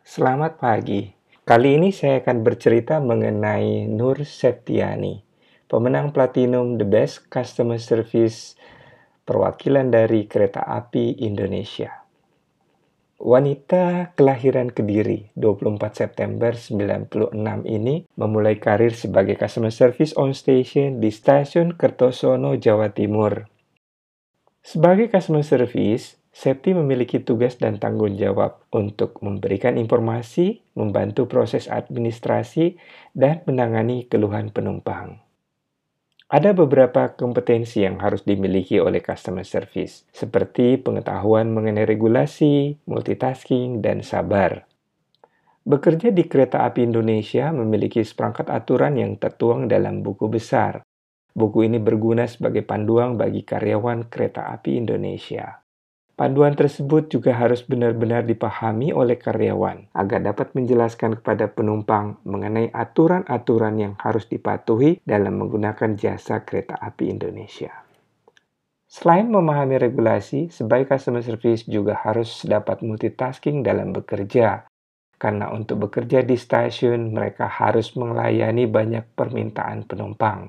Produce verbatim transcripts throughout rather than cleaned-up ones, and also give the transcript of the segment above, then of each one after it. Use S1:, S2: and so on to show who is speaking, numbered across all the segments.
S1: Selamat pagi. Kali ini saya akan bercerita mengenai Nur Septiani, pemenang Platinum The Best Customer Service perwakilan dari Kereta Api Indonesia. Wanita kelahiran Kediri dua puluh empat September sembilan puluh enam ini memulai karir sebagai customer service on station di Stasiun Kertosono, Jawa Timur. Sebagai customer service, Septi memiliki tugas dan tanggung jawab untuk memberikan informasi, membantu proses administrasi, dan menangani keluhan penumpang. Ada beberapa kompetensi yang harus dimiliki oleh customer service, seperti pengetahuan mengenai regulasi, multitasking, dan sabar. Bekerja di Kereta Api Indonesia memiliki seperangkat aturan yang tertuang dalam buku besar. Buku ini berguna sebagai panduan bagi karyawan Kereta Api Indonesia. Panduan tersebut juga harus benar-benar dipahami oleh karyawan agar dapat menjelaskan kepada penumpang mengenai aturan-aturan yang harus dipatuhi dalam menggunakan jasa Kereta Api Indonesia. Selain memahami regulasi, sebagai customer service juga harus dapat multitasking dalam bekerja. Karena untuk bekerja di stasiun, mereka harus melayani banyak permintaan penumpang.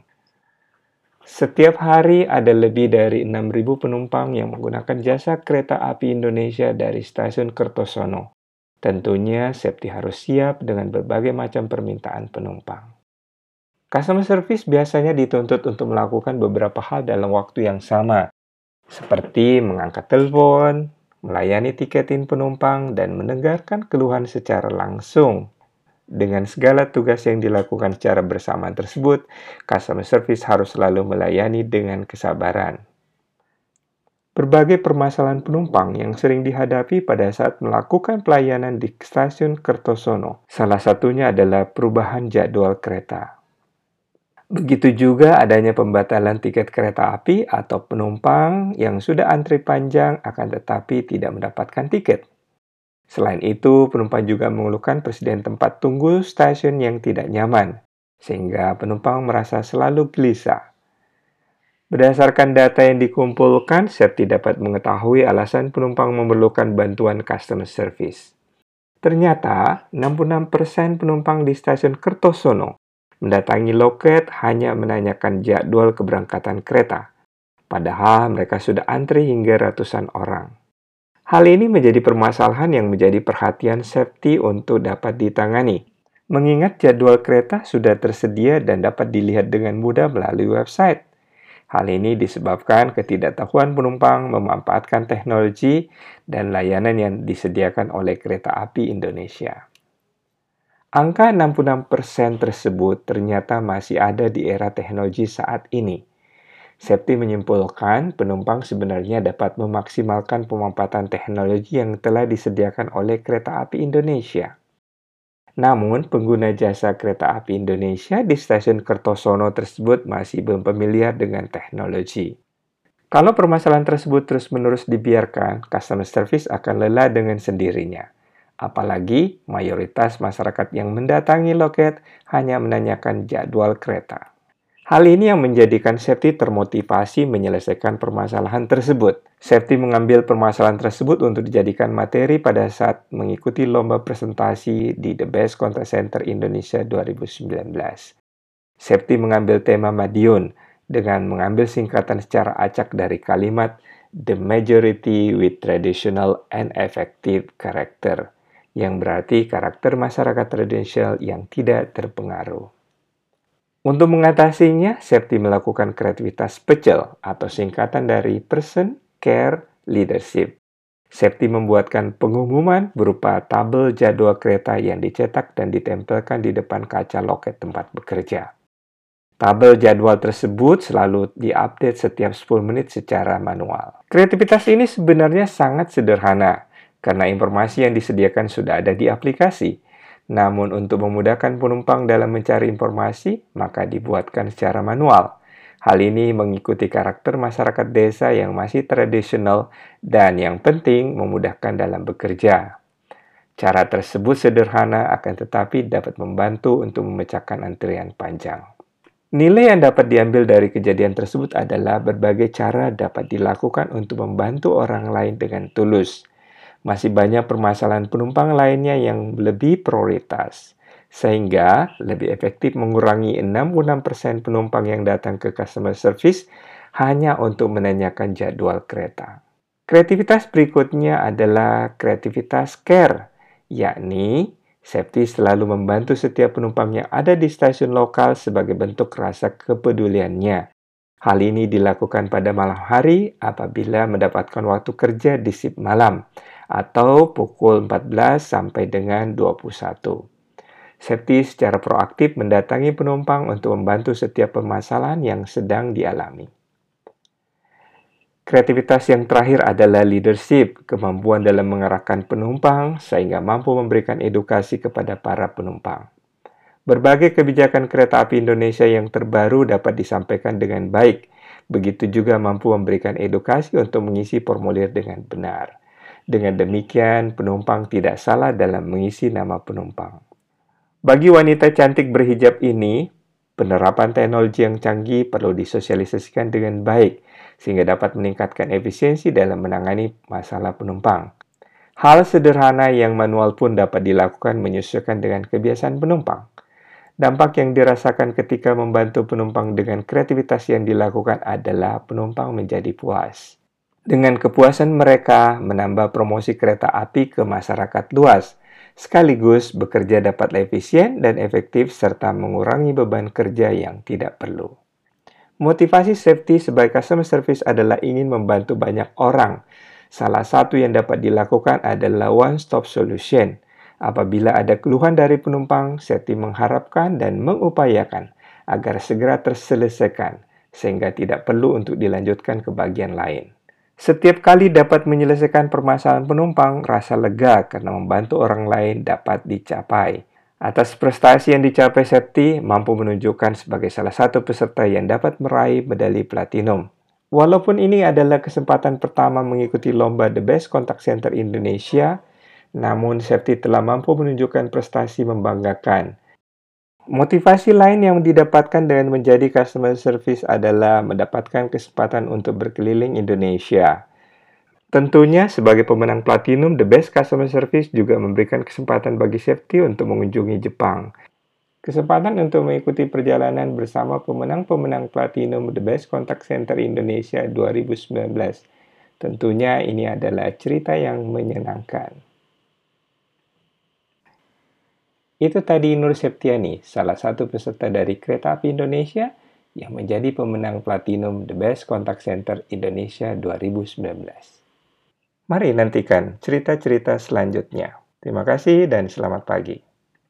S1: Setiap hari ada lebih dari enam ribu penumpang yang menggunakan jasa Kereta Api Indonesia dari Stasiun Kertosono. Tentunya, Septi harus siap dengan berbagai macam permintaan penumpang. Customer service biasanya dituntut untuk melakukan beberapa hal dalam waktu yang sama, seperti mengangkat telepon, melayani tiketin penumpang, dan mendengarkan keluhan secara langsung. Dengan segala tugas yang dilakukan secara bersamaan tersebut, customer service harus selalu melayani dengan kesabaran. Berbagai permasalahan penumpang yang sering dihadapi pada saat melakukan pelayanan di Stasiun Kertosono. Salah satunya adalah perubahan jadwal kereta. Begitu juga adanya pembatalan tiket kereta api atau penumpang yang sudah antri panjang akan tetapi tidak mendapatkan tiket. Selain itu, penumpang juga mengeluhkan persediaan tempat tunggu stasiun yang tidak nyaman, sehingga penumpang merasa selalu gelisah. Berdasarkan data yang dikumpulkan, Septi dapat mengetahui alasan penumpang memerlukan bantuan customer service. Ternyata, enam puluh enam persen penumpang di stasiun Kertosono mendatangi loket hanya menanyakan jadwal keberangkatan kereta, padahal mereka sudah antri hingga ratusan orang. Hal ini menjadi permasalahan yang menjadi perhatian Septi untuk dapat ditangani. Mengingat jadwal kereta sudah tersedia dan dapat dilihat dengan mudah melalui website. Hal ini disebabkan ketidaktahuan penumpang memanfaatkan teknologi dan layanan yang disediakan oleh Kereta Api Indonesia. Angka enam puluh enam persen tersebut ternyata masih ada di era teknologi saat ini. Septi menyimpulkan penumpang sebenarnya dapat memaksimalkan pemanfaatan teknologi yang telah disediakan oleh Kereta Api Indonesia. Namun, pengguna jasa Kereta Api Indonesia di Stasiun Kertosono tersebut masih belum familiar dengan teknologi. Kalau permasalahan tersebut terus-menerus dibiarkan, customer service akan lelah dengan sendirinya. Apalagi mayoritas masyarakat yang mendatangi loket hanya menanyakan jadwal kereta. Hal ini yang menjadikan Septi termotivasi menyelesaikan permasalahan tersebut. Septi mengambil permasalahan tersebut untuk dijadikan materi pada saat mengikuti lomba presentasi di The Best Contact Center Indonesia dua ribu sembilan belas. Septi mengambil tema Madiun dengan mengambil singkatan secara acak dari kalimat The Majority with Traditional and Effective Character, yang berarti karakter masyarakat tradisional yang tidak terpengaruh. Untuk mengatasinya, Septi melakukan kreativitas pecel atau singkatan dari Person, Care, Leadership. Septi membuatkan pengumuman berupa tabel jadwal kereta yang dicetak dan ditempelkan di depan kaca loket tempat bekerja. Tabel jadwal tersebut selalu diupdate setiap sepuluh menit secara manual. Kreativitas ini sebenarnya sangat sederhana, karena informasi yang disediakan sudah ada di aplikasi. Namun untuk memudahkan penumpang dalam mencari informasi, maka dibuatkan secara manual. Hal ini mengikuti karakter masyarakat desa yang masih tradisional dan yang penting memudahkan dalam bekerja. Cara tersebut sederhana akan tetapi dapat membantu untuk memecahkan antrian panjang. Nilai yang dapat diambil dari kejadian tersebut adalah berbagai cara dapat dilakukan untuk membantu orang lain dengan tulus. Masih banyak permasalahan penumpang lainnya yang lebih prioritas, sehingga lebih efektif mengurangi enam puluh enam persen penumpang yang datang ke customer service hanya untuk menanyakan jadwal kereta. Kreativitas berikutnya adalah kreativitas care, yakni Safety selalu membantu setiap penumpang yang ada di stasiun lokal sebagai bentuk rasa kepeduliannya. Hal ini dilakukan pada malam hari apabila mendapatkan waktu kerja di shift malam atau pukul empat belas sampai dengan dua puluh satu. Safety secara proaktif mendatangi penumpang untuk membantu setiap permasalahan yang sedang dialami. Kreativitas yang terakhir adalah leadership, kemampuan dalam mengarahkan penumpang sehingga mampu memberikan edukasi kepada para penumpang. Berbagai kebijakan kereta api Indonesia yang terbaru dapat disampaikan dengan baik. Begitu juga mampu memberikan edukasi untuk mengisi formulir dengan benar. Dengan demikian, penumpang tidak salah dalam mengisi nama penumpang. Bagi wanita cantik berhijab ini, penerapan teknologi yang canggih perlu disosialisasikan dengan baik, sehingga dapat meningkatkan efisiensi dalam menangani masalah penumpang. Hal sederhana yang manual pun dapat dilakukan menyesuaikan dengan kebiasaan penumpang. Dampak yang dirasakan ketika membantu penumpang dengan kreativitas yang dilakukan adalah penumpang menjadi puas. Dengan kepuasan mereka menambah promosi kereta api ke masyarakat luas, sekaligus bekerja dapat efisien dan efektif serta mengurangi beban kerja yang tidak perlu. Motivasi Safety sebagai customer service adalah ingin membantu banyak orang. Salah satu yang dapat dilakukan adalah one-stop solution. Apabila ada keluhan dari penumpang, Safety mengharapkan dan mengupayakan agar segera terselesaikan, sehingga tidak perlu untuk dilanjutkan ke bagian lain. Setiap kali dapat menyelesaikan permasalahan penumpang, rasa lega karena membantu orang lain dapat dicapai. Atas prestasi yang dicapai Safety, mampu menunjukkan sebagai salah satu peserta yang dapat meraih medali platinum. Walaupun ini adalah kesempatan pertama mengikuti lomba The Best Contact Center Indonesia, namun Safety telah mampu menunjukkan prestasi membanggakan. Motivasi lain yang didapatkan dengan menjadi customer service adalah mendapatkan kesempatan untuk berkeliling Indonesia. Tentunya, sebagai pemenang Platinum, The Best Customer Service juga memberikan kesempatan bagi Safety untuk mengunjungi Jepang. Kesempatan untuk mengikuti perjalanan bersama pemenang-pemenang Platinum The Best Contact Center Indonesia dua ribu sembilan belas. Tentunya ini adalah cerita yang menyenangkan. Itu tadi Nur Septiani, salah satu peserta dari Kereta Api Indonesia yang menjadi pemenang Platinum The Best Contact Center Indonesia dua ribu sembilan belas. Mari nantikan cerita-cerita selanjutnya. Terima kasih dan selamat pagi.